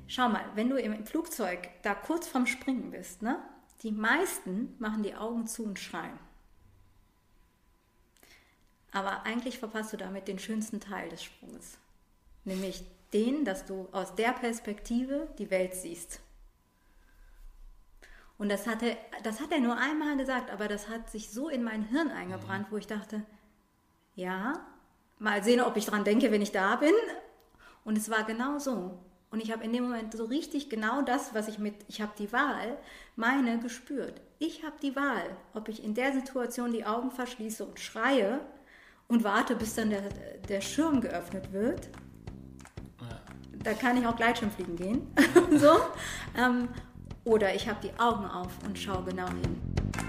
schau mal, wenn du im Flugzeug da kurz vorm Springen bist, ne? Die meisten machen die Augen zu und schreien. Aber eigentlich verpasst du damit den schönsten Teil des Sprunges. Nämlich den, dass du aus der Perspektive die Welt siehst. Und das hat er nur einmal gesagt, aber das hat sich so in mein Hirn eingebrannt, wo ich dachte, ja, mal sehen, ob ich dran denke, wenn ich da bin. Und es war genau so. Und ich habe in dem Moment so richtig genau das, was ich habe die Wahl, gespürt. Ich habe die Wahl, ob ich in der Situation die Augen verschließe und schreie und warte, bis dann der Schirm geöffnet wird. Da kann ich auch Gleitschirmfliegen gehen. So. Oder ich habe die Augen auf und schaue genau hin.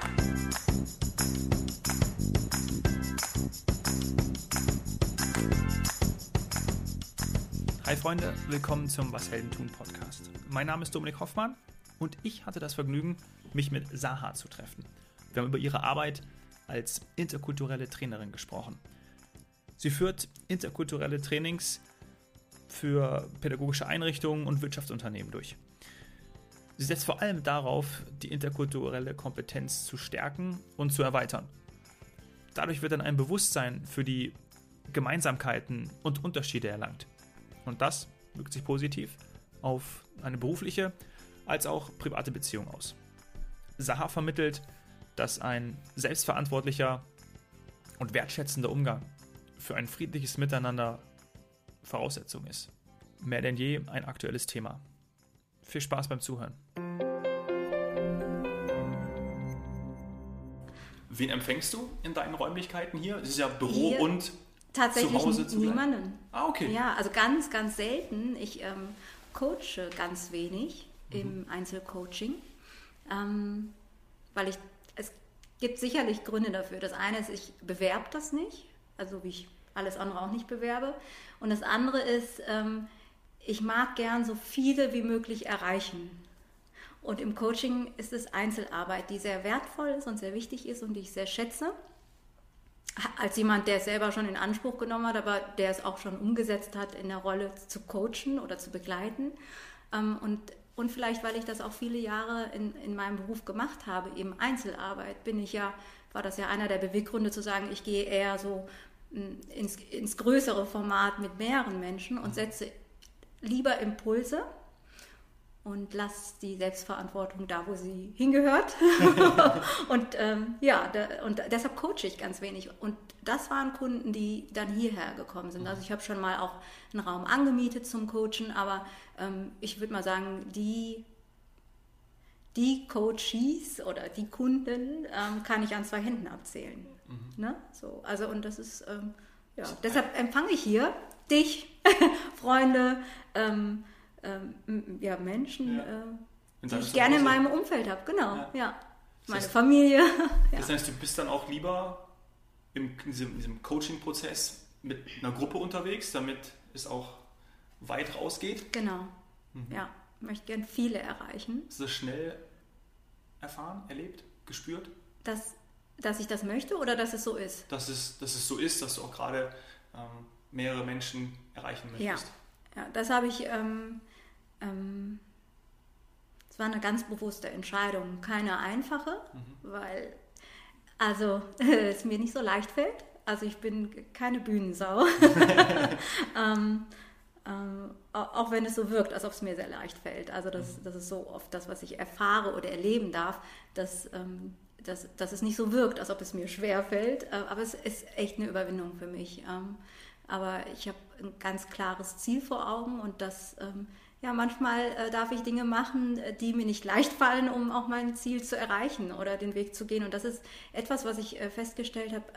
Hi Freunde, willkommen zum Was Helden tun Podcast. Mein Name ist Dominik Hoffmann und ich hatte das Vergnügen, mich mit Saha zu treffen. Wir haben über ihre Arbeit als interkulturelle Trainerin gesprochen. Sie führt interkulturelle Trainings für pädagogische Einrichtungen und Wirtschaftsunternehmen durch. Sie setzt vor allem darauf, die interkulturelle Kompetenz zu stärken und zu erweitern. Dadurch wird dann ein Bewusstsein für die Gemeinsamkeiten und Unterschiede erlangt. Und das wirkt sich positiv auf eine berufliche als auch private Beziehung aus. Saha vermittelt, dass ein selbstverantwortlicher und wertschätzender Umgang für ein friedliches Miteinander Voraussetzung ist. Mehr denn je ein aktuelles Thema. Viel Spaß beim Zuhören. Wen empfängst du in deinen Räumlichkeiten hier? Es ist ja Büro hier und tatsächlich zu Hause niemanden. Ah, okay. Ja, also ganz, ganz selten. Ich coache ganz wenig im Einzelcoaching, weil es gibt sicherlich Gründe dafür. Das eine ist, ich bewerbe das nicht, also wie ich alles andere auch nicht bewerbe. Und das andere ist, ich mag gern so viele wie möglich erreichen. Und im Coaching ist es Einzelarbeit, die sehr wertvoll ist und sehr wichtig ist und die ich sehr schätze. Als jemand, der es selber schon in Anspruch genommen hat, aber der es auch schon umgesetzt hat, in der Rolle zu coachen oder zu begleiten. Und vielleicht, weil ich das auch viele Jahre in meinem Beruf gemacht habe, eben Einzelarbeit, war das ja einer der Beweggründe zu sagen, ich gehe eher so ins größere Format mit mehreren Menschen und setze lieber Impulse und lasse die Selbstverantwortung da, wo sie hingehört. Und und deshalb coache ich ganz wenig. Und das waren Kunden, die dann hierher gekommen sind. Also ich habe schon mal auch einen Raum angemietet zum Coachen, aber ich würde mal sagen, die Coaches oder die Kunden kann ich an 2 Händen abzählen. Ne? So, also und das ist, deshalb empfange ich hier dich, Freunde, Menschen, die ich gerne in meinem Umfeld habe, genau, ja. Meine Familie. Das heißt, du bist dann auch lieber in diesem Coaching-Prozess mit einer Gruppe unterwegs, damit es auch weit rausgeht? Genau, ja. Ich möchte gern viele erreichen. Hast du das schnell erfahren, erlebt, gespürt? Dass ich das möchte oder dass es so ist? Dass es so ist, dass du auch gerade mehrere Menschen erreichen möchtest. Ja, das habe ich, es war eine ganz bewusste Entscheidung, keine einfache, weil es mir nicht so leicht fällt. Also ich bin keine Bühnensau. Auch wenn es so wirkt, als ob es mir sehr leicht fällt. Also das ist so oft das, was ich erfahre oder erleben darf, dass es nicht so wirkt, als ob es mir schwer fällt. Aber es ist echt eine Überwindung für mich. Aber ich habe ein ganz klares Ziel vor Augen und manchmal darf ich Dinge machen, die mir nicht leicht fallen, um auch mein Ziel zu erreichen oder den Weg zu gehen. Und das ist etwas, was ich festgestellt habe,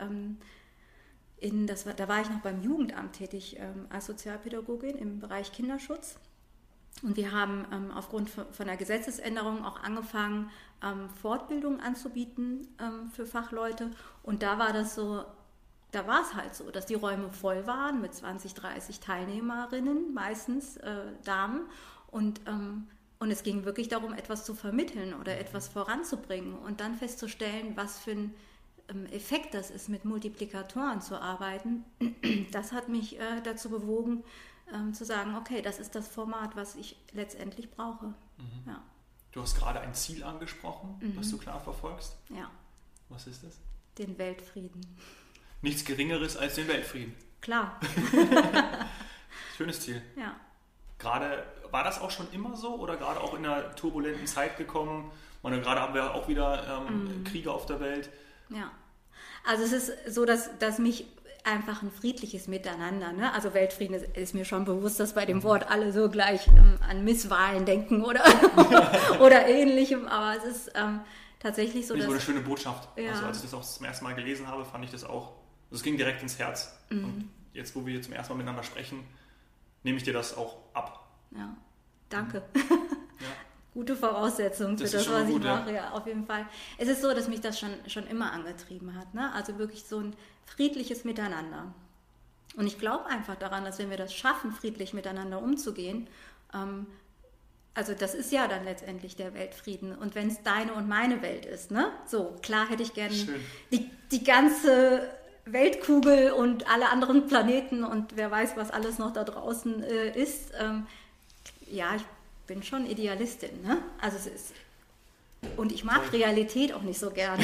da war ich noch beim Jugendamt tätig als Sozialpädagogin im Bereich Kinderschutz. Und wir haben aufgrund von der Gesetzesänderung auch angefangen, Fortbildungen anzubieten für Fachleute. Und da war es halt so, dass die Räume voll waren mit 20, 30 Teilnehmerinnen, meistens Damen. Und es ging wirklich darum, etwas zu vermitteln oder etwas voranzubringen und dann festzustellen, was für ein Effekt das ist, mit Multiplikatoren zu arbeiten, das hat mich dazu bewogen, zu sagen, okay, das ist das Format, was ich letztendlich brauche. Mhm. Ja. Du hast gerade ein Ziel angesprochen, das du klar verfolgst. Ja. Was ist das? Den Weltfrieden. Nichts Geringeres als den Weltfrieden. Klar. Schönes Ziel. Ja. Gerade, war das auch schon immer so oder gerade auch in einer turbulenten Zeit gekommen? Und gerade haben wir auch wieder Kriege auf der Welt. Ja. Also es ist so, dass mich einfach ein friedliches Miteinander, ne? Also Weltfrieden ist mir schon bewusst, dass bei dem Wort alle so gleich an Misswahlen denken oder, oder Ähnlichem, aber es ist tatsächlich so, Das ist dass... eine schöne Botschaft. Ja. Also als ich das auch zum ersten Mal gelesen habe, fand ich das auch, es ging direkt ins Herz. Und jetzt, wo wir zum ersten Mal miteinander sprechen, nehme ich dir das auch ab. Ja, danke. Ja. Gute Voraussetzung für Das das, ist schon was gut, ich mache, ja, auf jeden Fall. Es ist so, dass mich das schon immer angetrieben hat, ne? Also wirklich so ein friedliches Miteinander. Und ich glaube einfach daran, dass wenn wir das schaffen, friedlich miteinander umzugehen, also das ist ja dann letztendlich der Weltfrieden. Und wenn es deine und meine Welt ist, ne? So, klar hätte ich gerne die ganze Weltkugel und alle anderen Planeten und wer weiß, was alles noch da draußen ist. Ja, ich bin schon Idealistin, ne? Also es ist, und ich mag Realität auch nicht so gerne,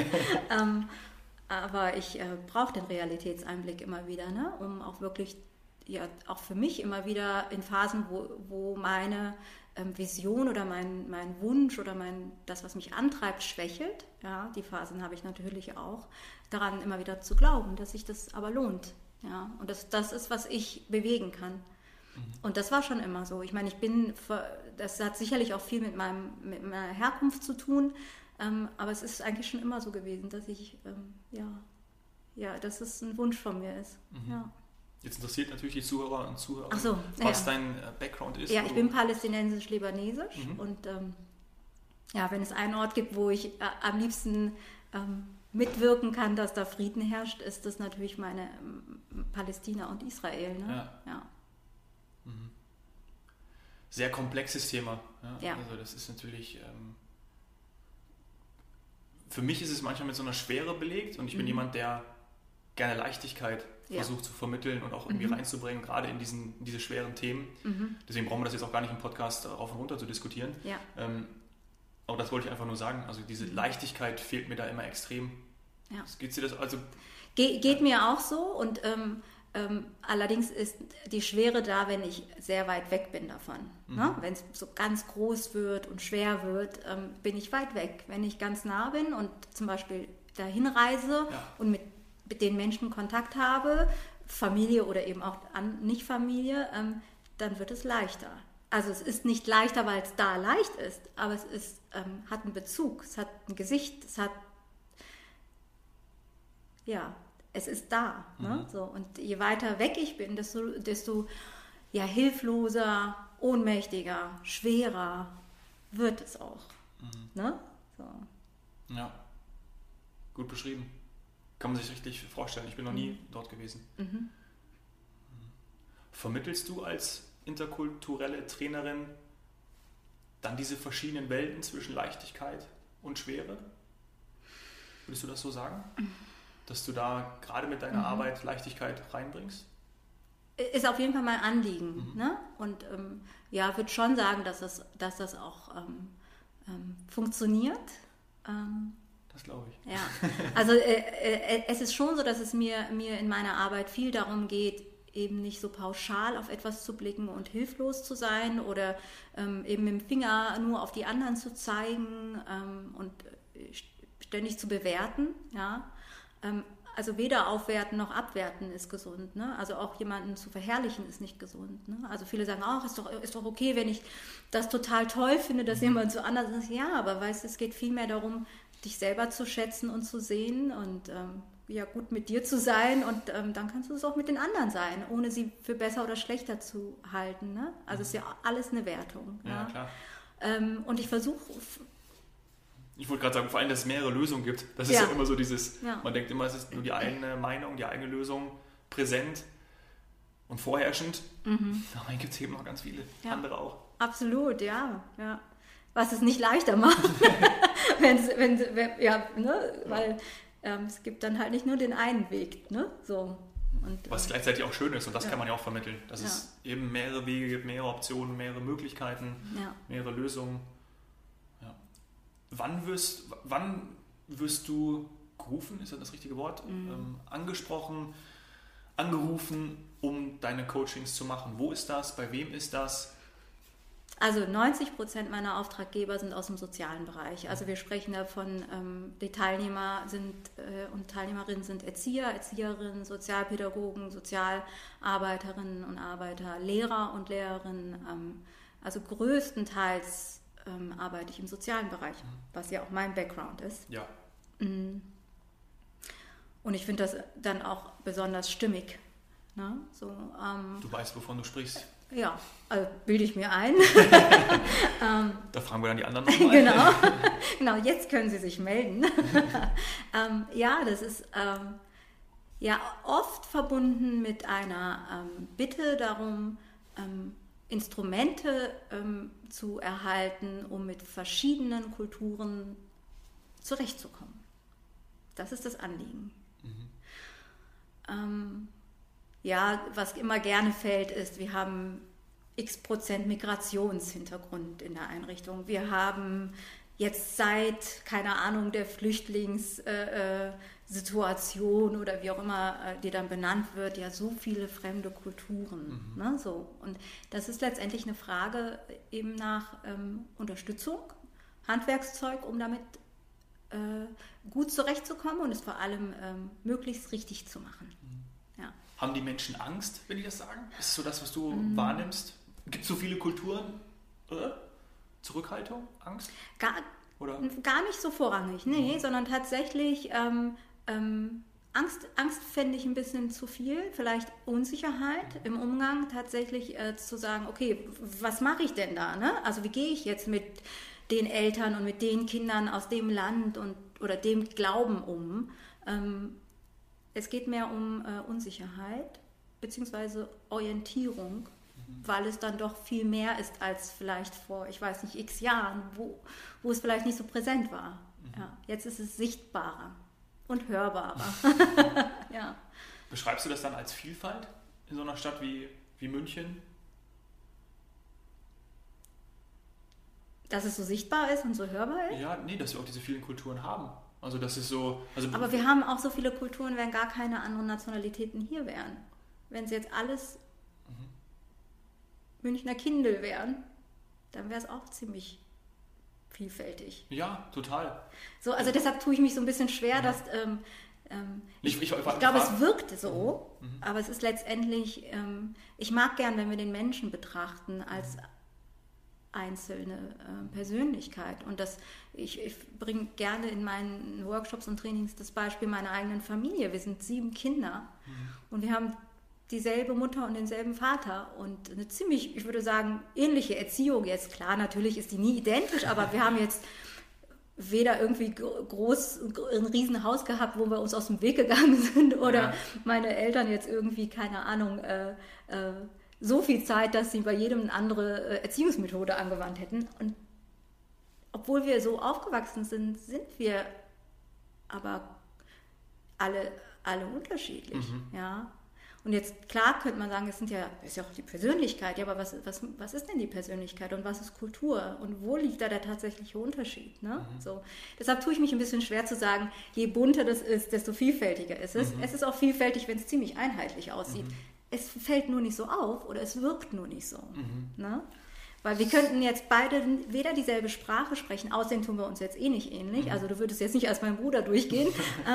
aber ich brauche den Realitätseinblick immer wieder, ne? Um auch wirklich, ja, auch für mich immer wieder in Phasen, wo meine Vision oder mein Wunsch oder das, was mich antreibt, schwächelt, ja, die Phasen habe ich natürlich auch, daran immer wieder zu glauben, dass sich das aber lohnt, ja, und das ist, was ich bewegen kann. Und das war schon immer so. Ich meine, das hat sicherlich auch viel mit meiner Herkunft zu tun, aber es ist eigentlich schon immer so gewesen, dass ich, dass es ein Wunsch von mir ist. Mhm. Ja. Jetzt interessiert natürlich die Zuhörer und Zuhörer, was dein Background ist. Ja, ich bin palästinensisch-libanesisch und wenn es einen Ort gibt, wo ich am liebsten mitwirken kann, dass da Frieden herrscht, ist das natürlich meine Palästina und Israel. Ne? Ja. Mhm. Sehr komplexes Thema. Ja. Also das ist natürlich, für mich ist es manchmal mit so einer Schwere belegt und ich bin jemand, der gerne Leichtigkeit versucht zu vermitteln und auch irgendwie reinzubringen, gerade in diese schweren Themen. Deswegen brauchen wir das jetzt auch gar nicht im Podcast rauf und runter zu diskutieren. Ja. Aber das wollte ich einfach nur sagen. Also diese Leichtigkeit fehlt mir da immer extrem. Ja. Geht dir das also? Geht mir auch so und allerdings ist die Schwere da, wenn ich sehr weit weg bin davon. Ne? Wenn es so ganz groß wird und schwer wird, bin ich weit weg. Wenn ich ganz nah bin und zum Beispiel dahin reise und mit den Menschen Kontakt habe, Familie oder eben auch nicht Familie, dann wird es leichter. Also es ist nicht leichter, weil es da leicht ist, aber es ist, hat einen Bezug, es hat ein Gesicht, es ist da. Ne? So, und je weiter weg ich bin, desto hilfloser, ohnmächtiger, schwerer wird es auch. Ne? So. Ja, gut beschrieben. Kann man sich richtig vorstellen. Ich bin noch nie dort gewesen. Vermittelst du als interkulturelle Trainerin dann diese verschiedenen Welten zwischen Leichtigkeit und Schwere? Würdest du das so sagen? Dass du da gerade mit deiner Arbeit Leichtigkeit reinbringst? Ist auf jeden Fall mein Anliegen. Ne? Und würde schon sagen, dass das auch funktioniert. Das glaube ich. Ja, also es ist schon so, dass es mir in meiner Arbeit viel darum geht, eben nicht so pauschal auf etwas zu blicken und hilflos zu sein oder eben mit dem Finger nur auf die anderen zu zeigen und ständig zu bewerten. Ja? Also weder aufwerten noch abwerten ist gesund. Ne? Also auch jemanden zu verherrlichen ist nicht gesund. Ne? Also viele sagen, ist doch okay, wenn ich das total toll finde, dass jemand so anders ist. Ja, aber weißt du, es geht vielmehr darum, dich selber zu schätzen und zu sehen und gut mit dir zu sein und dann kannst du es auch mit den anderen sein, ohne sie für besser oder schlechter zu halten. Ne? Also es ist ja alles eine Wertung. Ja, klar. Und ich versuche... Ich wollte gerade sagen, vor allem, dass es mehrere Lösungen gibt. Das ist ja immer so dieses, man denkt immer, es ist nur die eigene Meinung, die eigene Lösung präsent und vorherrschend. Aber dann gibt es eben noch ganz viele andere auch. Absolut, ja. Was es nicht leichter macht. Weil es gibt dann halt nicht nur den einen Weg, ne? So. Und, was gleichzeitig auch schön ist und das kann man ja auch vermitteln, dass es eben mehrere Wege gibt, mehrere Optionen, mehrere Möglichkeiten, mehrere Lösungen. Ja. Wann wirst du gerufen, ist das richtige Wort, angesprochen, angerufen, um deine Coachings zu machen? Wo ist das? Bei wem ist das? Also 90% meiner Auftraggeber sind aus dem sozialen Bereich. Also wir sprechen davon, die Teilnehmer und Teilnehmerinnen sind Erzieher, Erzieherinnen, Sozialpädagogen, Sozialarbeiterinnen und Arbeiter, Lehrer und Lehrerinnen. Also größtenteils arbeite ich im sozialen Bereich, was ja auch mein Background ist. Ja. Und ich finde das dann auch besonders stimmig. Ne? So, du weißt, wovon du sprichst. Ja, also bilde ich mir ein. Da fragen wir dann die anderen nochmal. Genau, jetzt können Sie sich melden. Ja, das ist ja oft verbunden mit einer Bitte darum, Instrumente zu erhalten, um mit verschiedenen Kulturen zurechtzukommen. Das ist das Anliegen. Ja, was immer gerne fällt, ist, wir haben x% Migrationshintergrund in der Einrichtung. Wir haben jetzt seit, keine Ahnung, der Flüchtlingssituation oder wie auch immer die dann benannt wird, ja so viele fremde Kulturen. Ne, so. Und das ist letztendlich eine Frage eben nach Unterstützung, Handwerkszeug, um damit gut zurechtzukommen und es vor allem möglichst richtig zu machen. Ja. Haben die Menschen Angst, wenn die das sagen? Ist es so das, was du wahrnimmst? Gibt es so viele Kulturen? Zurückhaltung? Angst? Gar nicht so vorrangig, nee, sondern tatsächlich Angst fände ich ein bisschen zu viel, vielleicht Unsicherheit im Umgang, tatsächlich zu sagen, okay, was mache ich denn da? Ne? Also wie gehe ich jetzt mit den Eltern und mit den Kindern aus dem Land oder dem Glauben um? Es geht mehr um Unsicherheit bzw. Orientierung, weil es dann doch viel mehr ist als vielleicht vor, ich weiß nicht, x Jahren, wo es vielleicht nicht so präsent war. Ja, jetzt ist es sichtbarer und hörbarer. Ja. Beschreibst du das dann als Vielfalt in so einer Stadt wie München? Dass es so sichtbar ist und so hörbar ist? Ja, nee, dass wir auch diese vielen Kulturen haben. Also das ist so. Aber wir haben auch so viele Kulturen, wenn gar keine anderen Nationalitäten hier wären. Wenn es jetzt alles Münchner Kindel wären, dann wäre es auch ziemlich vielfältig. Ja, total. So, also deshalb tue ich mich so ein bisschen schwer, dass ich glaube, es wirkt so, aber es ist letztendlich, ich mag gern, wenn wir den Menschen betrachten als einzelne Persönlichkeit. Und ich bringe gerne in meinen Workshops und Trainings das Beispiel meiner eigenen Familie. Wir sind 7 Kinder und wir haben dieselbe Mutter und denselben Vater und eine ziemlich, ich würde sagen, ähnliche Erziehung. Jetzt klar, natürlich ist die nie identisch, aber wir haben jetzt weder irgendwie groß ein Riesenhaus gehabt, wo wir uns aus dem Weg gegangen sind oder meine Eltern jetzt irgendwie, keine Ahnung, so viel Zeit, dass sie bei jedem eine andere Erziehungsmethode angewandt hätten. Und obwohl wir so aufgewachsen sind, sind wir aber alle unterschiedlich. Ja. Und jetzt, klar könnte man sagen, das ist ja auch die Persönlichkeit, ja, aber was ist denn die Persönlichkeit und was ist Kultur und wo liegt da der tatsächliche Unterschied? Ne? So. Deshalb tue ich mich ein bisschen schwer zu sagen, je bunter das ist, desto vielfältiger ist es. Es ist auch vielfältig, wenn es ziemlich einheitlich aussieht. Es fällt nur nicht so auf oder es wirkt nur nicht so. Ne? Weil wir könnten jetzt beide weder dieselbe Sprache sprechen, außerdem tun wir uns jetzt eh nicht ähnlich, also du würdest jetzt nicht als mein Bruder durchgehen,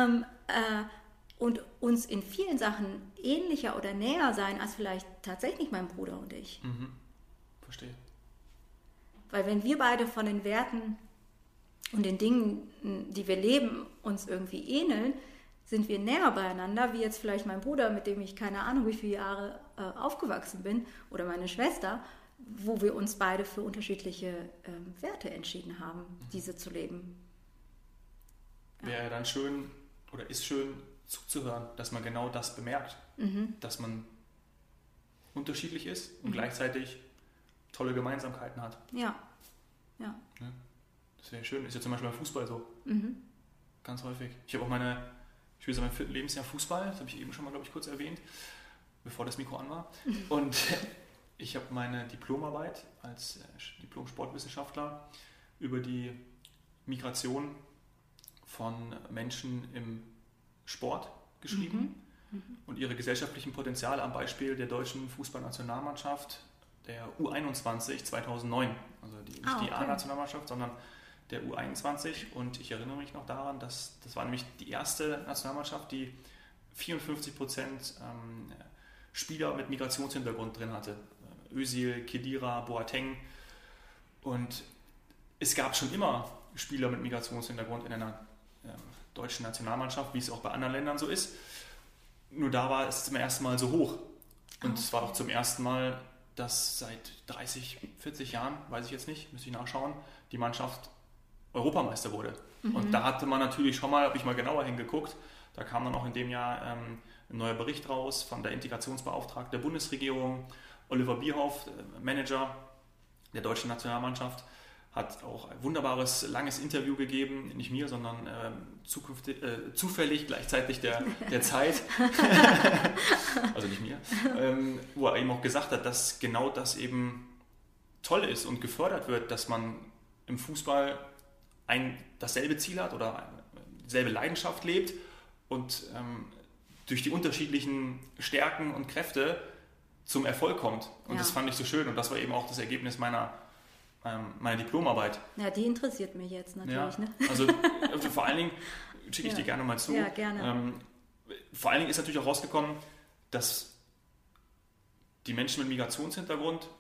und uns in vielen Sachen ähnlicher oder näher sein als vielleicht tatsächlich mein Bruder und ich. Verstehe. Weil wenn wir beide von den Werten und den Dingen, die wir leben, uns irgendwie ähneln, sind wir näher beieinander, wie jetzt vielleicht mein Bruder, mit dem ich keine Ahnung wie viele Jahre aufgewachsen bin, oder meine Schwester, wo wir uns beide für unterschiedliche Werte entschieden haben, diese zu leben. Wäre dann schön, oder ist schön zuzuhören, dass man genau das bemerkt, dass man unterschiedlich ist und gleichzeitig tolle Gemeinsamkeiten hat. Ja. Das wäre schön. Ist ja zum Beispiel beim Fußball so. Ganz häufig. Ich habe auch meine Ich spiele seit meinem 4. Lebensjahr Fußball, das habe ich eben schon mal, glaube ich, kurz erwähnt, bevor das Mikro an war. Und ich habe meine Diplomarbeit als Diplom-Sportwissenschaftler über die Migration von Menschen im Sport geschrieben und ihre gesellschaftlichen Potenziale am Beispiel der deutschen Fußballnationalmannschaft, der U21 2009. Also nicht die A-Nationalmannschaft, sondern der U21. Und ich erinnere mich noch daran, dass das war nämlich die erste Nationalmannschaft, die 54% Spieler mit Migrationshintergrund drin hatte. Özil, Khedira, Boateng. Und es gab schon immer Spieler mit Migrationshintergrund in einer deutschen Nationalmannschaft, wie es auch bei anderen Ländern so ist. Nur da war es zum ersten Mal so hoch. Und es war auch zum ersten Mal, dass seit 30, 40 Jahren, weiß ich jetzt nicht, müsste ich nachschauen, die Mannschaft Europameister wurde. Und da hatte man natürlich schon mal, habe ich mal genauer hingeguckt, da kam dann auch in dem Jahr ein neuer Bericht raus von der Integrationsbeauftragten der Bundesregierung, Oliver Bierhoff, Manager der deutschen Nationalmannschaft, hat auch ein wunderbares, langes Interview gegeben, nicht mir, sondern zufällig gleichzeitig der Zeit, also nicht mir, wo er eben auch gesagt hat, dass genau das eben toll ist und gefördert wird, dass man im Fußball dasselbe Ziel hat oder dieselbe Leidenschaft lebt und durch die unterschiedlichen Stärken und Kräfte zum Erfolg kommt. Und das fand ich so schön und das war eben auch das Ergebnis meiner Diplomarbeit. Ja, die interessiert mich jetzt natürlich. Ja, ne? Also vor allen Dingen schicke ich dir gerne mal zu. Ja, gerne. Vor allen Dingen ist natürlich auch rausgekommen, dass die Menschen mit Migrationshintergrund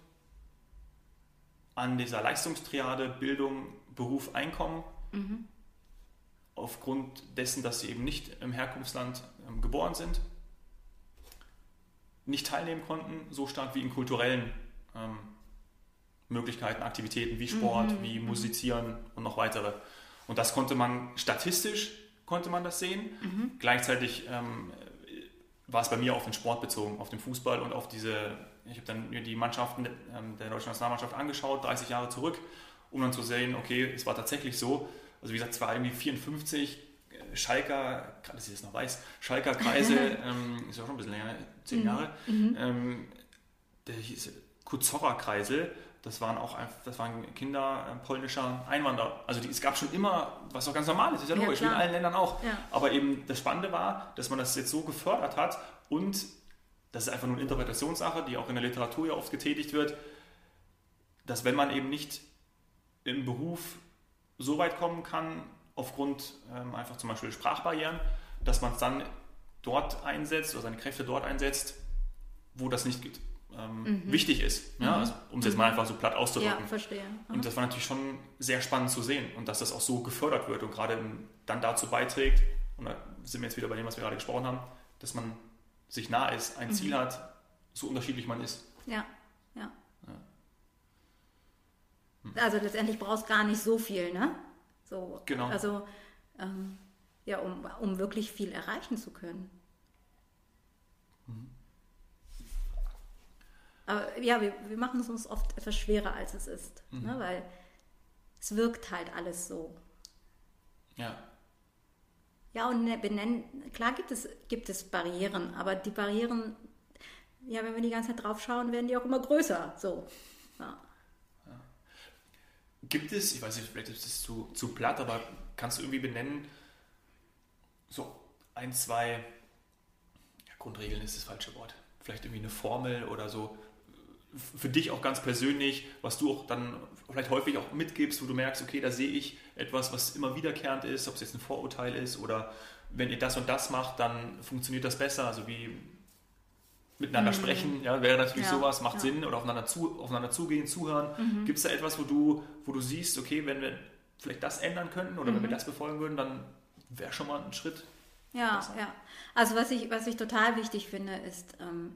an dieser Leistungstriade Bildung, Beruf, Einkommen aufgrund dessen, dass sie eben nicht im Herkunftsland geboren sind, nicht teilnehmen konnten, so stark wie in kulturellen Möglichkeiten, Aktivitäten wie Sport, wie Musizieren und noch weitere. Und das konnte man statistisch das sehen. Gleichzeitig war es bei mir auf den Sport bezogen, auf den Fußball und auf ich habe dann mir die Mannschaften der deutschen Nationalmannschaft angeschaut, 30 Jahre zurück, um dann zu sehen, okay, es war tatsächlich so. Also wie gesagt, es war irgendwie 54 Schalker, gerade dass ich das noch weiß, Schalker Kreise, ist ja schon ein bisschen länger, 10 Jahre, der hieß Kuzorra-Kreisel, das waren Kinder polnischer Einwanderer. Also es gab schon immer, was auch ganz normal ist ja logisch, wie in allen Ländern auch. Ja. Aber eben das Spannende war, dass man das jetzt so gefördert hat und das ist einfach nur eine Interpretationssache, die auch in der Literatur ja oft getätigt wird, dass wenn man eben nicht im Beruf so weit kommen kann, aufgrund einfach zum Beispiel Sprachbarrieren, dass man es dann dort einsetzt oder seine Kräfte dort einsetzt, wo das nicht wichtig ist, ja? Also, um es jetzt mal einfach so platt auszudrücken. Ja, verstehe. Und das war natürlich schon sehr spannend zu sehen und dass das auch so gefördert wird und gerade dann dazu beiträgt, und da sind wir jetzt wieder bei dem, was wir gerade gesprochen haben, dass man sich nah ist, ein Ziel hat, so unterschiedlich man ist. Ja. Also letztendlich brauchst du gar nicht so viel, ne? So, genau. Also um wirklich viel erreichen zu können. Aber ja, wir machen es uns oft etwas schwerer, als es ist, ne? Weil es wirkt halt alles so. Ja. Ja, und klar gibt es Barrieren, aber die Barrieren, ja, wenn wir die ganze Zeit drauf schauen, werden die auch immer größer. So. Ja. Gibt es, ich weiß nicht, vielleicht ist es zu platt, aber kannst du irgendwie benennen, so 1, 2, Grundregeln ist das falsche Wort, vielleicht irgendwie eine Formel oder so, für dich auch ganz persönlich, was du auch dann vielleicht häufig auch mitgibst, wo du merkst, okay, da sehe ich etwas, was immer wiederkehrend ist, ob es jetzt ein Vorurteil ist oder wenn ihr das und das macht, dann funktioniert das besser, also wie miteinander sprechen, ja, wäre natürlich sowas, macht Sinn oder aufeinander zugehen, zuhören. Gibt es da etwas, wo du siehst, okay, wenn wir vielleicht das ändern könnten oder wenn wir das befolgen würden, dann wäre schon mal ein Schritt. Ja, besser. Ja. Also was ich total wichtig finde, ist,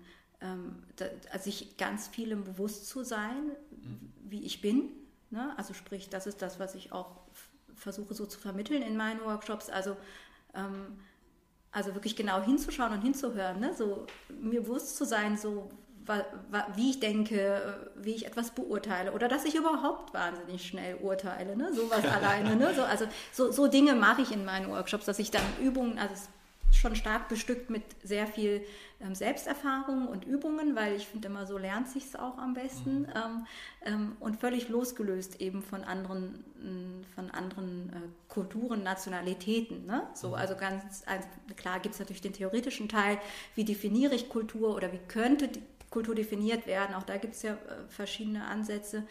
sich ganz vielem bewusst zu sein, wie ich bin. Ne? Also sprich, das ist das, was ich auch versuche so zu vermitteln in meinen Workshops. Also wirklich genau hinzuschauen und hinzuhören, ne? So mir bewusst zu sein, so wie ich denke, wie ich etwas beurteile oder dass ich überhaupt wahnsinnig schnell urteile, ne? Sowas alleine. Ne? So Dinge mache ich in meinen Workshops, dass ich dann Übungen, also schon stark bestückt mit sehr viel Selbsterfahrung und Übungen, weil ich finde immer, so lernt sich es auch am besten, und völlig losgelöst eben von anderen Kulturen, Nationalitäten. Ne? So, also klar gibt es natürlich den theoretischen Teil, wie definiere ich Kultur oder wie könnte die Kultur definiert werden. Auch da gibt es ja verschiedene Ansätze,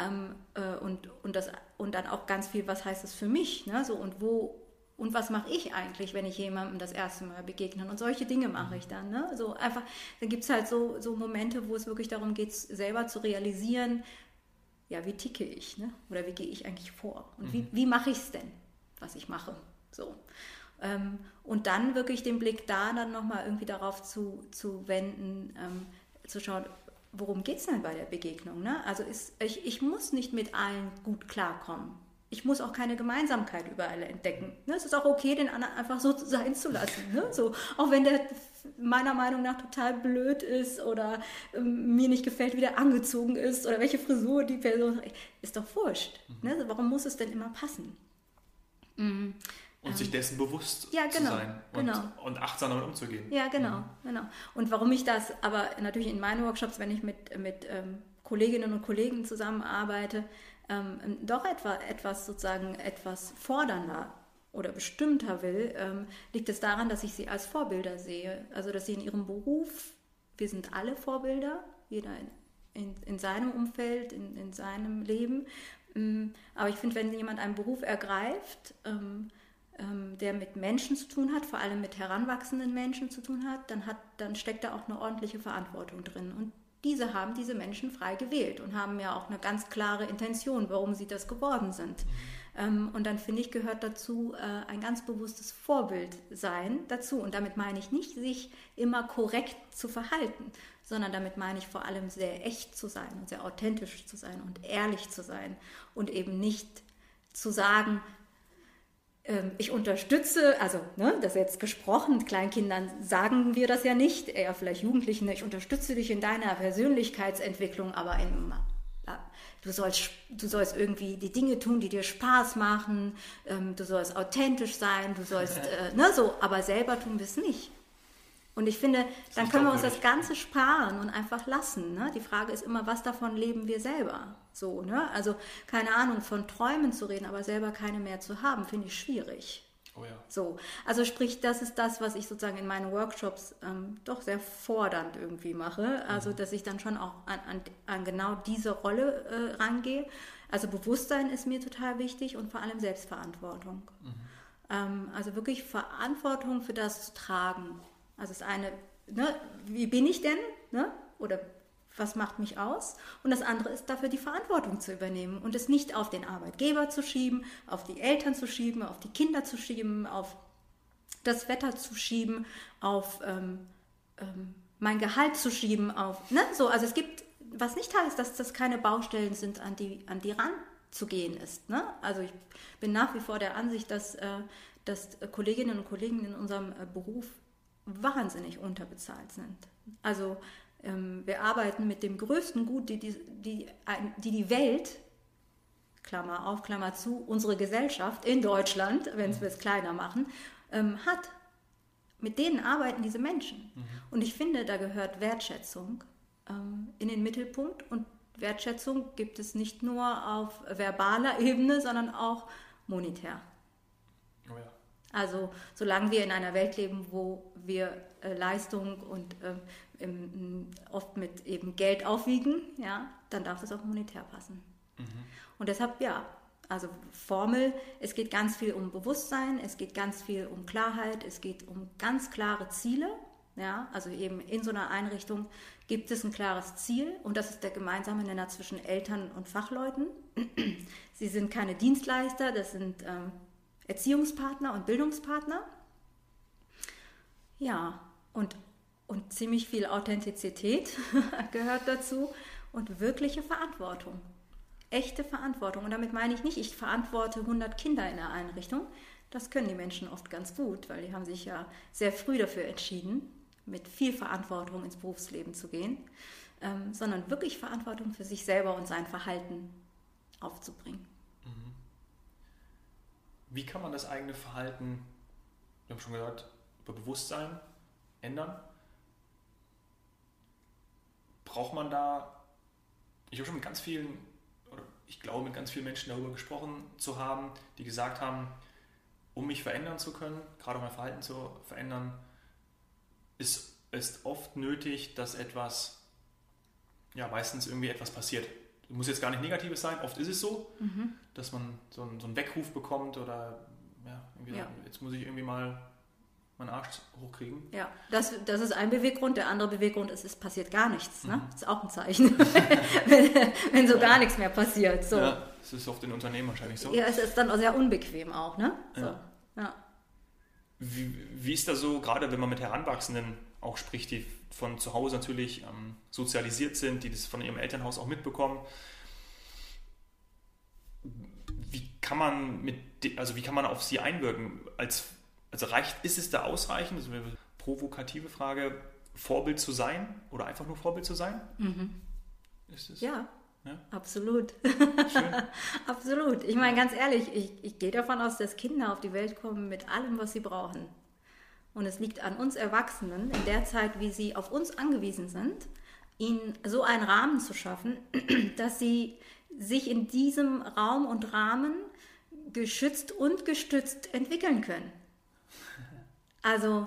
und dann auch ganz viel, was heißt das für mich, ne? So, und was mache ich eigentlich, wenn ich jemandem das erste Mal begegne? Und solche Dinge mache ich dann. Ne? So einfach, dann gibt es halt so Momente, wo es wirklich darum geht, selber zu realisieren, ja, wie ticke ich, ne? Oder wie gehe ich eigentlich vor? Und wie mache ich es denn, was ich mache? So. Und dann wirklich den Blick da dann nochmal irgendwie darauf zu wenden, zu schauen, worum geht es denn bei der Begegnung? Ne? Also ich muss nicht mit allen gut klarkommen. Ich muss auch keine Gemeinsamkeit überall entdecken. Ne? Es ist auch okay, den anderen einfach so sein zu lassen. Ne? So, auch wenn der meiner Meinung nach total blöd ist oder mir nicht gefällt, wie der angezogen ist oder welche Frisur die Person hat. Ist doch wurscht. Ne? Warum muss es denn immer passen? Und sich dessen bewusst zu sein und achtsam damit umzugehen. Ja, genau. Und warum ich das aber natürlich in meinen Workshops, wenn ich mit Kolleginnen und Kollegen zusammenarbeite, doch etwas fordernder oder bestimmter will, liegt es daran, dass ich sie als Vorbilder sehe. Also, dass sie in ihrem Beruf, wir sind alle Vorbilder, jeder in seinem Umfeld, in seinem Leben. Aber ich finde, wenn jemand einen Beruf ergreift, der mit Menschen zu tun hat, vor allem mit heranwachsenden Menschen zu tun hat, dann steckt da auch eine ordentliche Verantwortung drin. Und diese Menschen frei gewählt und haben ja auch eine ganz klare Intention, warum sie das geworden sind. Und dann finde ich, gehört dazu ein ganz bewusstes Vorbildsein dazu. Und damit meine ich nicht, sich immer korrekt zu verhalten, sondern damit meine ich vor allem sehr echt zu sein und sehr authentisch zu sein und ehrlich zu sein und eben nicht zu sagen, ich unterstütze, also das jetzt gesprochen, Kleinkindern sagen wir das ja nicht, eher vielleicht Jugendlichen, ich unterstütze dich in deiner Persönlichkeitsentwicklung, aber du sollst irgendwie die Dinge tun, die dir Spaß machen, du sollst authentisch sein, du sollst, aber selber tun wir es nicht. Und ich finde, dann können wir uns das Ganze sparen und einfach lassen. Ne? Die Frage ist immer, was davon leben wir selber? So, ne? Also, keine Ahnung, von Träumen zu reden, aber selber keine mehr zu haben, finde ich schwierig. Oh ja. So, also sprich, das ist das, was ich sozusagen in meinen Workshops doch sehr fordernd irgendwie mache. Also, dass ich dann schon auch an genau diese Rolle rangehe. Also Bewusstsein ist mir total wichtig und vor allem Selbstverantwortung. Also wirklich Verantwortung für das zu tragen. Also das eine, ne, wie bin ich denn, ne? Oder was macht mich aus? Und das andere ist dafür die Verantwortung zu übernehmen und es nicht auf den Arbeitgeber zu schieben, auf die Eltern zu schieben, auf die Kinder zu schieben, auf das Wetter zu schieben, auf mein Gehalt zu schieben, also es gibt, was nicht heißt, dass das keine Baustellen sind, an die ranzugehen ist. Ne? Also ich bin nach wie vor der Ansicht, dass Kolleginnen und Kollegen in unserem Beruf wahnsinnig unterbezahlt sind. Also wir arbeiten mit dem größten Gut, die Welt, Klammer auf, Klammer zu, unsere Gesellschaft in Deutschland, wenn wir es kleiner machen, hat. Mit denen arbeiten diese Menschen. Und ich finde, da gehört Wertschätzung in den Mittelpunkt. Und Wertschätzung gibt es nicht nur auf verbaler Ebene, sondern auch monetär. Oh ja. Also solange wir in einer Welt leben, wo wir Leistung und oft mit eben Geld aufwiegen, ja, dann darf das auch monetär passen. Und deshalb, also Formel, es geht ganz viel um Bewusstsein, es geht ganz viel um Klarheit, es geht um ganz klare Ziele. Ja, also eben in so einer Einrichtung gibt es ein klares Ziel und das ist der gemeinsame Nenner zwischen Eltern und Fachleuten. Sie sind keine Dienstleister, das sind Erziehungspartner und Bildungspartner. Ja, und ziemlich viel Authentizität gehört dazu und wirkliche Verantwortung. Echte Verantwortung. Und damit meine ich nicht, ich verantworte 100 Kinder in der Einrichtung. Das können die Menschen oft ganz gut, weil die haben sich ja sehr früh dafür entschieden, mit viel Verantwortung ins Berufsleben zu gehen, sondern wirklich Verantwortung für sich selber und sein Verhalten aufzubringen. Wie kann man das eigene Verhalten, wir haben schon gesagt, über Bewusstsein ändern. Braucht man da, ich habe schon mit ganz vielen, oder ich glaube mit ganz vielen Menschen darüber gesprochen zu haben, die gesagt haben, um mich verändern zu können, gerade mein Verhalten zu verändern, ist oft nötig, dass meistens irgendwie etwas passiert. Muss jetzt gar nicht Negatives sein, oft ist es so, dass man so einen Weckruf bekommt oder jetzt muss ich irgendwie mal meinen Arsch hochkriegen. Ja, das ist ein Beweggrund. Der andere Beweggrund ist, es passiert gar nichts. Ne? Das ist auch ein Zeichen, wenn so gar nichts mehr passiert. So. Ja, das ist oft in Unternehmen wahrscheinlich so. Ja, es ist dann auch sehr unbequem auch. Ne? So. Ja. Wie ist das so, gerade wenn man mit Heranwachsenden auch spricht, die von zu Hause natürlich sozialisiert sind, die das von ihrem Elternhaus auch mitbekommen? Wie kann man auf sie einwirken? Ist es da ausreichend, das ist eine provokative Frage, Vorbild zu sein oder einfach nur Vorbild zu sein? Ist es? Ja, absolut. Schön. Absolut. Ich meine, ganz ehrlich, ich gehe davon aus, dass Kinder auf die Welt kommen mit allem, was sie brauchen. Und es liegt an uns Erwachsenen, in der Zeit, wie sie auf uns angewiesen sind, ihnen so einen Rahmen zu schaffen, dass sie sich in diesem Raum und Rahmen geschützt und gestützt entwickeln können. Also,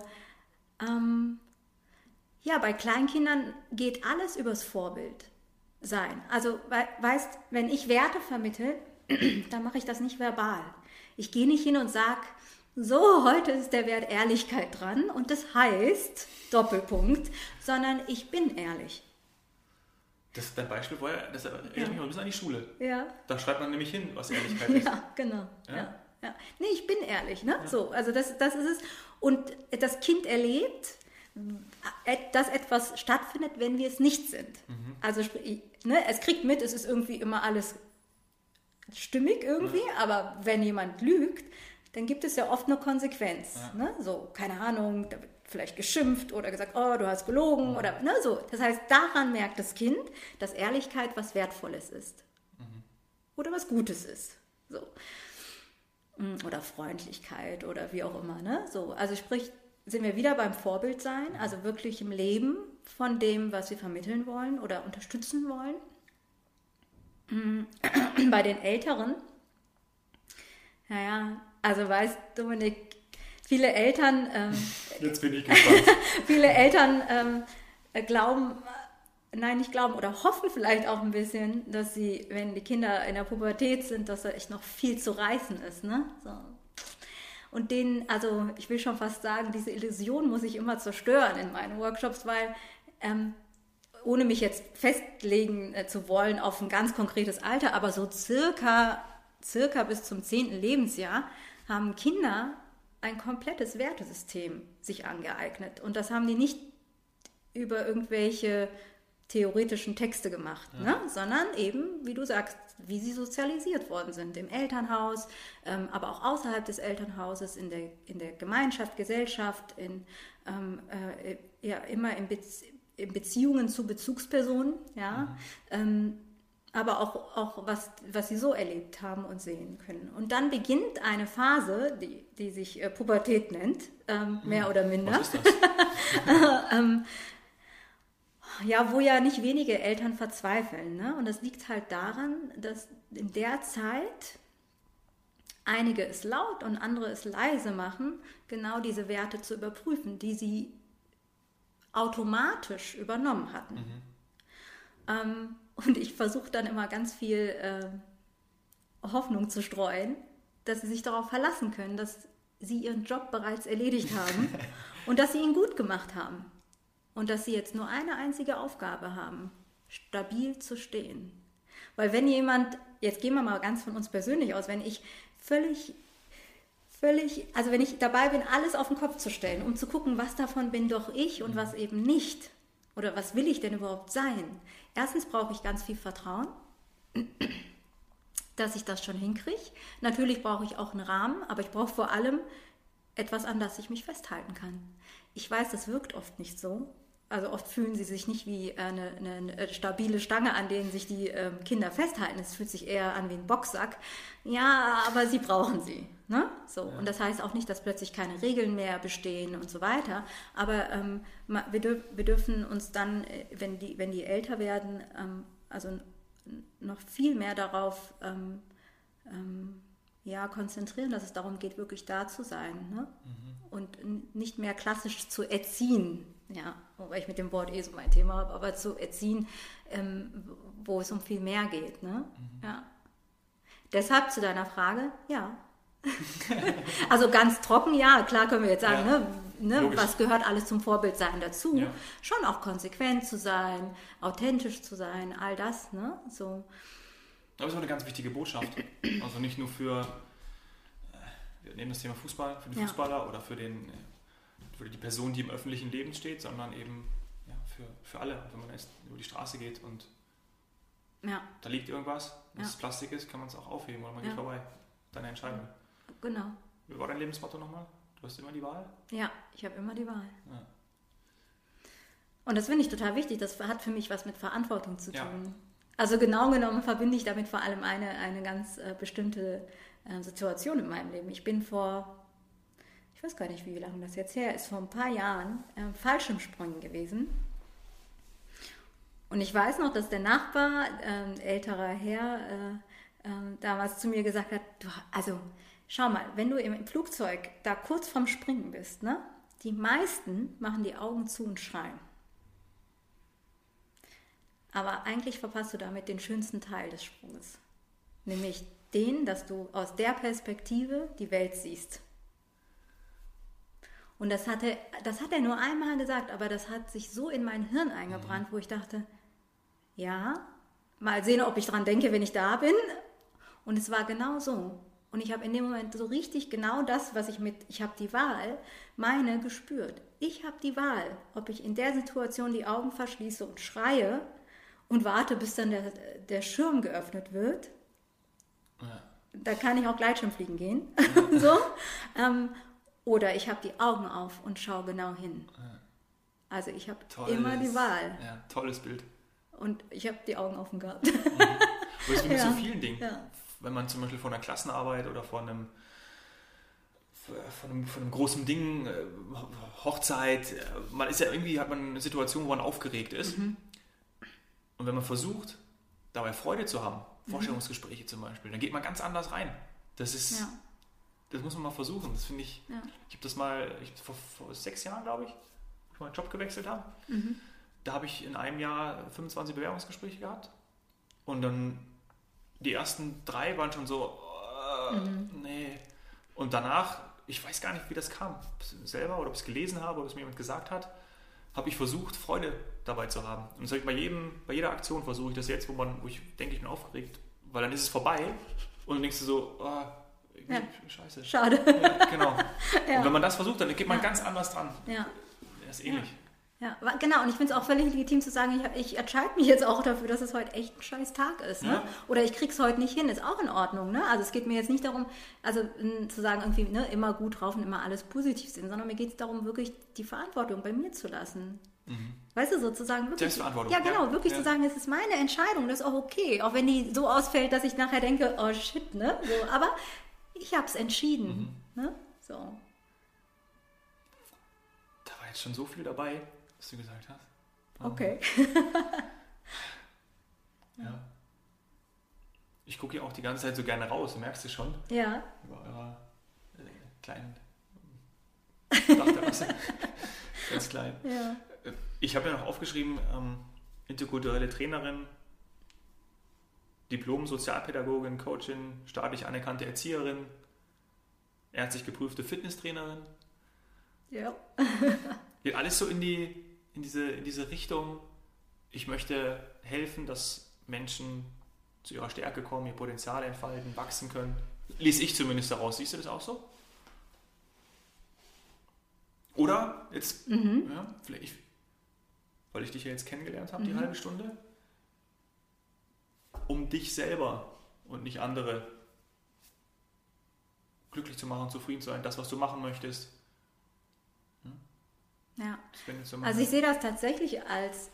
bei Kleinkindern geht alles übers Vorbild sein. Also, weißt, wenn ich Werte vermittle, dann mache ich das nicht verbal. Ich gehe nicht hin und sage, so, heute ist der Wert Ehrlichkeit dran und das heißt, Doppelpunkt, sondern ich bin ehrlich. Das ist dein Beispiel vorher, das erinnert mich mal ein bisschen an die Schule. Ja. Da schreibt man nämlich hin, was Ehrlichkeit ist. Ja, genau. Ja. Nee, ich bin ehrlich, ne? Ja. So, also das ist es. Und das Kind erlebt, dass etwas stattfindet, wenn wir es nicht sind. Also es kriegt mit, es ist irgendwie immer alles stimmig irgendwie, aber wenn jemand lügt, dann gibt es ja oft eine Konsequenz. Ja. Ne? So, keine Ahnung, da wird vielleicht geschimpft oder gesagt, oh, du hast gelogen oder so. Das heißt, daran merkt das Kind, dass Ehrlichkeit was Wertvolles ist. Oder was Gutes ist. So. Oder Freundlichkeit oder wie auch immer. Ne? So, also sprich, sind wir wieder beim Vorbildsein, also wirklich im Leben von dem, was wir vermitteln wollen oder unterstützen wollen. Bei den Älteren, also weißt Dominik, viele Eltern, jetzt bin ich gespannt. Viele Eltern oder hoffen vielleicht auch ein bisschen, dass sie, wenn die Kinder in der Pubertät sind, dass da echt noch viel zu reißen ist. Ne? So. Und also ich will schon fast sagen, diese Illusion muss ich immer zerstören in meinen Workshops, weil ohne mich jetzt festlegen zu wollen auf ein ganz konkretes Alter, aber so circa bis zum 10. Lebensjahr haben Kinder ein komplettes Wertesystem sich angeeignet. Und das haben die nicht über irgendwelche theoretischen Texte gemacht, ne? Sondern eben, wie du sagst, wie sie sozialisiert worden sind, im Elternhaus, aber auch außerhalb des Elternhauses, in der Gemeinschaft, Gesellschaft, immer in Beziehungen zu Bezugspersonen, aber auch was sie so erlebt haben und sehen können. Und dann beginnt eine Phase, die sich Pubertät nennt, mehr oder minder. Was ist das? Wo ja nicht wenige Eltern verzweifeln. Ne? Und das liegt halt daran, dass in der Zeit einige es laut und andere es leise machen, genau diese Werte zu überprüfen, die sie automatisch übernommen hatten. Und ich versuche dann immer ganz viel Hoffnung zu streuen, dass sie sich darauf verlassen können, dass sie ihren Job bereits erledigt haben und dass sie ihn gut gemacht haben. Und dass sie jetzt nur eine einzige Aufgabe haben, stabil zu stehen. Weil wenn jemand, jetzt gehen wir mal ganz von uns persönlich aus, wenn ich wenn ich dabei bin, alles auf den Kopf zu stellen, um zu gucken, was davon bin doch ich und was eben nicht. Oder was will ich denn überhaupt sein? Erstens brauche ich ganz viel Vertrauen, dass ich das schon hinkriege. Natürlich brauche ich auch einen Rahmen, aber ich brauche vor allem etwas, an das ich mich festhalten kann. Ich weiß, das wirkt oft nicht so, also oft fühlen sie sich nicht wie eine stabile Stange, an denen sich die Kinder festhalten. Es fühlt sich eher an wie ein Boxsack. Ja, aber sie brauchen sie. Ne? So. Ja. Und das heißt auch nicht, dass plötzlich keine Regeln mehr bestehen und so weiter. Aber wir dürfen uns dann, wenn die älter werden, also noch viel mehr darauf konzentrieren, dass es darum geht, wirklich da zu sein. Ne? Und nicht mehr klassisch zu erziehen. Ja, wobei ich mit dem Wort so mein Thema habe, aber zu erziehen, wo es um viel mehr geht. Ne? Ja. Deshalb zu deiner Frage, ja. Also ganz trocken, ja, klar können wir jetzt sagen, was gehört alles zum Vorbildsein dazu? Ja. Schon auch konsequent zu sein, authentisch zu sein, all das. Ne? So. Aber es ist auch eine ganz wichtige Botschaft. Also nicht nur wir nehmen das Thema Fußball, für den Fußballer oder für die Person, die im öffentlichen Leben steht, sondern eben für alle. Wenn man jetzt über die Straße geht und da liegt irgendwas, wenn es Plastik ist, kann man es auch aufheben oder man geht vorbei. Deine Entscheidung. Genau. Wie war dein Lebensmotto nochmal? Du hast immer die Wahl? Ja, ich habe immer die Wahl. Ja. Und das finde ich total wichtig. Das hat für mich was mit Verantwortung zu tun. Also genau genommen verbinde ich damit vor allem eine ganz bestimmte Situation in meinem Leben. Ich bin ich weiß gar nicht, wie lange das jetzt her ist, vor ein paar Jahren Fallschirmspringen gewesen. Und ich weiß noch, dass der Nachbar, älterer Herr, damals zu mir gesagt hat, also schau mal, wenn du im Flugzeug da kurz vorm Springen bist, ne, die meisten machen die Augen zu und schreien. Aber eigentlich verpasst du damit den schönsten Teil des Sprunges. Nämlich den, dass du aus der Perspektive die Welt siehst. Und das hat er nur einmal gesagt, aber das hat sich so in mein Hirn eingebrannt, wo ich dachte, ja, mal sehen, ob ich dran denke, wenn ich da bin. Und es war genau so. Und ich habe in dem Moment so richtig genau das, was ich habe die Wahl, gespürt. Ich habe die Wahl, ob ich in der Situation die Augen verschließe und schreie und warte, bis dann der Schirm geöffnet wird. Ja. Da kann ich auch Gleitschirmfliegen gehen. So. Oder ich habe die Augen auf und schaue genau hin. Ja. Also ich habe immer die Wahl. Ja, tolles Bild. Und ich habe die Augen offen gehabt. Aber das ist mit so vielen Dingen. Ja. Wenn man zum Beispiel vor einer Klassenarbeit oder vor einem großen Ding, Hochzeit, hat man eine Situation, wo man aufgeregt ist. Und wenn man versucht, dabei Freude zu haben, Vorstellungsgespräche zum Beispiel, dann geht man ganz anders rein. Das muss man mal versuchen. Das finde ich, ich habe das mal, vor 6 Jahren, glaube ich, wo ich meinen Job gewechselt habe. Da habe ich in einem Jahr 25 Bewerbungsgespräche gehabt. Und dann die ersten 3 waren schon so, nee. Und danach, ich weiß gar nicht, wie das kam. Selber oder ob ich es gelesen habe oder ob es mir jemand gesagt hat, habe ich versucht, Freude dabei zu haben. Und das habe ich bei jeder Aktion versuche ich das jetzt, wo ich denke, ich bin aufgeregt, weil dann ist es vorbei und dann denkst du so, scheiße. Schade. Ja, genau. Ja. Und wenn man das versucht, dann geht man ganz anders dran. Ja. Das ist ähnlich. Ja, genau. Und ich finde es auch völlig legitim zu sagen, ich entscheide mich jetzt auch dafür, dass es heute echt ein scheiß Tag ist. Ne? Oder ich krieg's heute nicht hin, ist auch in Ordnung. Ne? Also es geht mir jetzt nicht darum, zu sagen, irgendwie immer gut drauf und immer alles positiv sehen, sondern mir geht es darum, wirklich die Verantwortung bei mir zu lassen. Weißt du, sozusagen wirklich. Selbstverantwortung. Ja, genau, wirklich zu sagen, es ist meine Entscheidung, das ist auch okay. Auch wenn die so ausfällt, dass ich nachher denke, oh shit, ne? So, aber ich habe es entschieden. Ne? So. Da war jetzt schon so viel dabei, was du gesagt hast. Okay. Ja. Ich gucke ja auch die ganze Zeit so gerne raus, du merkst es schon. Ja. Über eurer kleinen Dachterrasse. Ganz klein. Ja. Ich habe ja noch aufgeschrieben, interkulturelle Trainerin, Diplom-Sozialpädagogin, Coachin, staatlich anerkannte Erzieherin, ärztlich geprüfte Fitnesstrainerin. Ja. Geht alles so in diese Richtung. Ich möchte helfen, dass Menschen zu ihrer Stärke kommen, ihr Potenzial entfalten, wachsen können. Lese ich zumindest daraus. Siehst du das auch so? Oder jetzt, vielleicht, weil ich dich ja jetzt kennengelernt habe, die halbe Stunde, um dich selber und nicht andere glücklich zu machen, zufrieden zu sein, das, was du machen möchtest. Ja. Also ich sehe das tatsächlich als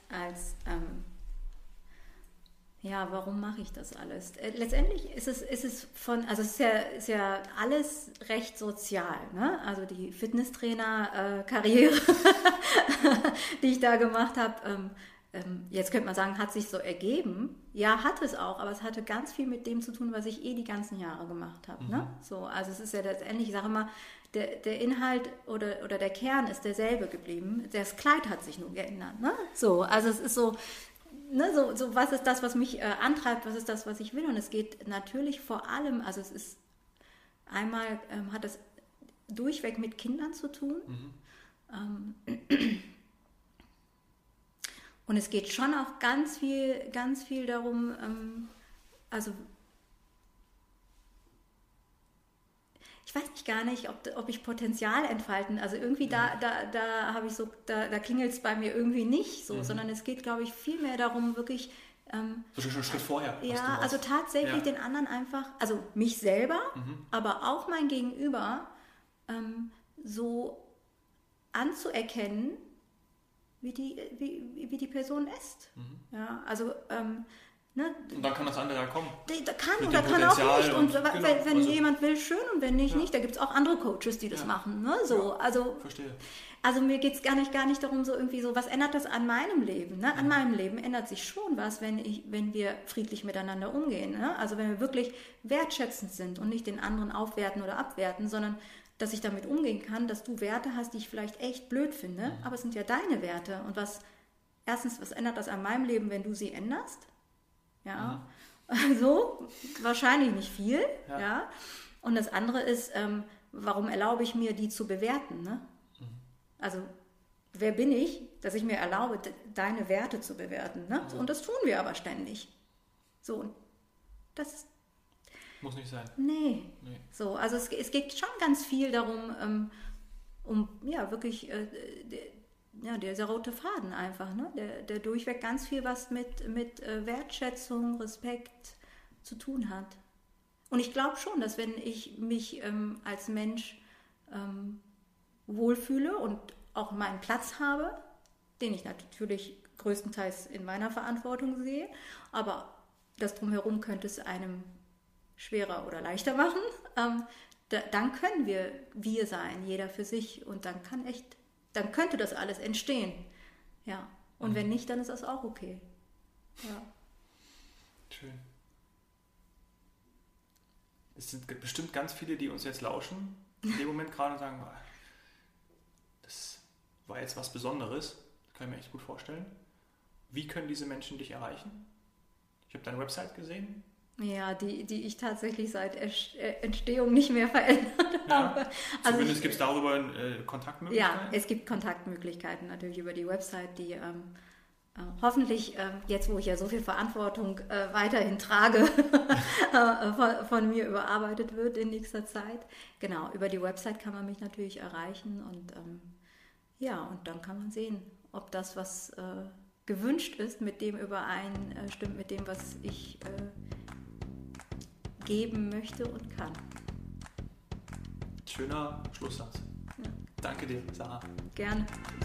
warum mache ich das alles? Letztendlich ist es ist ja alles recht sozial, ne? Also die Fitnesstrainer-Karriere, die ich da gemacht habe, jetzt könnte man sagen, hat sich so ergeben. Ja, hat es auch, aber es hatte ganz viel mit dem zu tun, was ich die ganzen Jahre gemacht habe. Ne? So, also es ist ja letztendlich, ich sage immer, der Inhalt oder der Kern ist derselbe geblieben. Das Kleid hat sich nur geändert. Ne? So, also es ist so, ne, so was ist das, was mich antreibt, was ist das, was ich will. Und es geht natürlich vor allem, also es ist einmal, hat es durchweg mit Kindern zu tun. Und es geht schon auch ganz viel darum, also ich weiß nicht gar nicht, ob ich Potenzial entfalten, also irgendwie da habe ich so, da klingelt es bei mir irgendwie nicht so, sondern es geht, glaube ich, viel mehr darum, wirklich so schon einen Schritt vorher. Ja, also tatsächlich den anderen einfach, also mich selber, aber auch mein Gegenüber so anzuerkennen, wie die Person ist. Ja, also ne, und dann kann das andere ja kommen. Da kann oder kann auch nicht. Und wenn jemand will, schön, und wenn nicht, da gibt es auch andere Coaches, die das machen. Ne? So, verstehe. Also mir geht es gar nicht darum, so irgendwie so, was ändert das an meinem Leben? Ne? An meinem Leben ändert sich schon was, wenn wir friedlich miteinander umgehen. Ne? Also wenn wir wirklich wertschätzend sind und nicht den anderen aufwerten oder abwerten, sondern dass ich damit umgehen kann, dass du Werte hast, die ich vielleicht echt blöd finde, aber es sind ja deine Werte. Und was ändert das an meinem Leben, wenn du sie änderst? Ja, so wahrscheinlich nicht viel. Ja. Und das andere ist, warum erlaube ich mir, die zu bewerten? Ne? Also wer bin ich, dass ich mir erlaube, deine Werte zu bewerten? Ne? Und das tun wir aber ständig. So, und das muss nicht sein. Nee. So, also es geht schon ganz viel darum, wirklich dieser rote Faden einfach, ne? Der durchweg ganz viel was mit Wertschätzung, Respekt zu tun hat. Und ich glaube schon, dass wenn ich mich als Mensch wohlfühle und auch meinen Platz habe, den ich natürlich größtenteils in meiner Verantwortung sehe, aber das Drumherum könnte es einem schwerer oder leichter machen, dann können wir sein, jeder für sich, und dann könnte das alles entstehen. Ja. Und wenn nicht, dann ist das auch okay. Ja. Schön. Es sind bestimmt ganz viele, die uns jetzt lauschen, in dem Moment gerade sagen, das war jetzt was Besonderes, das kann ich mir echt gut vorstellen. Wie können diese Menschen dich erreichen? Ich habe deine Website gesehen. Ja, die ich tatsächlich seit Entstehung nicht mehr verändert habe. Also zumindest gibt es darüber Kontaktmöglichkeiten? Ja, es gibt Kontaktmöglichkeiten natürlich über die Website, die hoffentlich, jetzt wo ich ja so viel Verantwortung weiterhin trage, von mir überarbeitet wird in nächster Zeit. Genau, über die Website kann man mich natürlich erreichen, und und dann kann man sehen, ob das, was gewünscht ist, mit dem übereinstimmt, mit dem, was ich geben möchte und kann. Schöner Schlusssatz. Ja. Danke dir, Sarah. Gerne.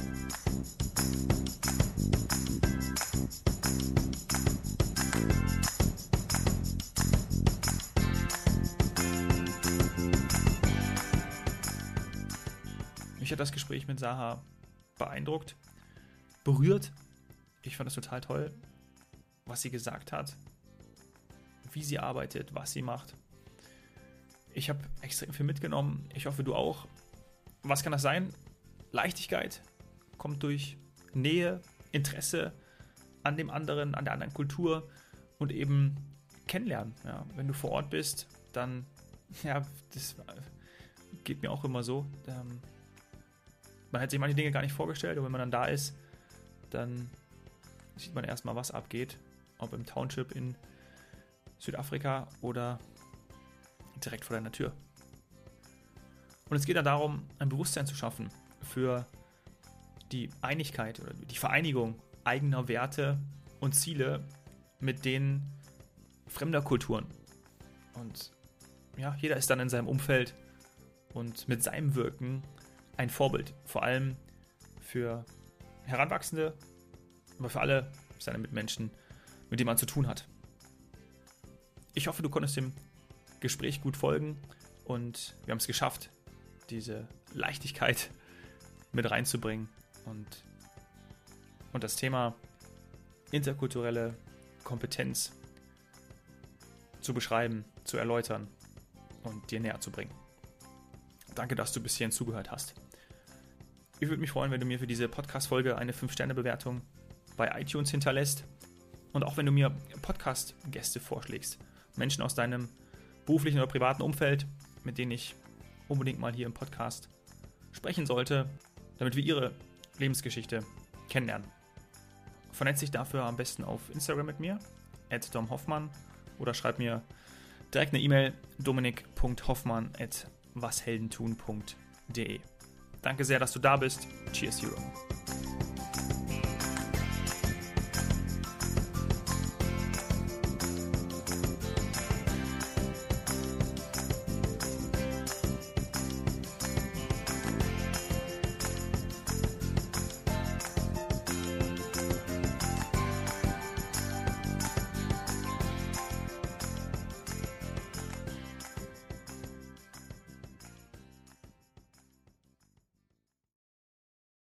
Mich hat das Gespräch mit Sarah beeindruckt, berührt. Ich fand es total toll, was sie gesagt hat, wie sie arbeitet, was sie macht. Ich habe extrem viel mitgenommen. Ich hoffe, du auch. Was kann das sein? Leichtigkeit kommt durch Nähe, Interesse an dem anderen, an der anderen Kultur und eben kennenlernen. Ja, wenn du vor Ort bist, dann, das geht mir auch immer so. Man hat sich manche Dinge gar nicht vorgestellt, und wenn man dann da ist, dann sieht man erstmal, was abgeht. Ob im Township in Südafrika oder direkt vor deiner Tür. Und es geht dann darum, ein Bewusstsein zu schaffen für die Einigkeit oder die Vereinigung eigener Werte und Ziele mit denen fremder Kulturen. Und jeder ist dann in seinem Umfeld und mit seinem Wirken ein Vorbild, vor allem für Heranwachsende, aber für alle seine Mitmenschen, mit denen man zu tun hat. Ich hoffe, du konntest dem Gespräch gut folgen und wir haben es geschafft, diese Leichtigkeit mit reinzubringen und das Thema interkulturelle Kompetenz zu beschreiben, zu erläutern und dir näher zu bringen. Danke, dass du bis hierhin zugehört hast. Ich würde mich freuen, wenn du mir für diese Podcast-Folge eine 5-Sterne-Bewertung bei iTunes hinterlässt und auch wenn du mir Podcast-Gäste vorschlägst. Menschen aus deinem beruflichen oder privaten Umfeld, mit denen ich unbedingt mal hier im Podcast sprechen sollte, damit wir ihre Lebensgeschichte kennenlernen. Vernetz dich dafür am besten auf Instagram mit mir, @domhoffmann, oder schreib mir direkt eine E-Mail, dominik.hoffmann@washeldentun.de. Danke sehr, dass du da bist. Cheers, Hero.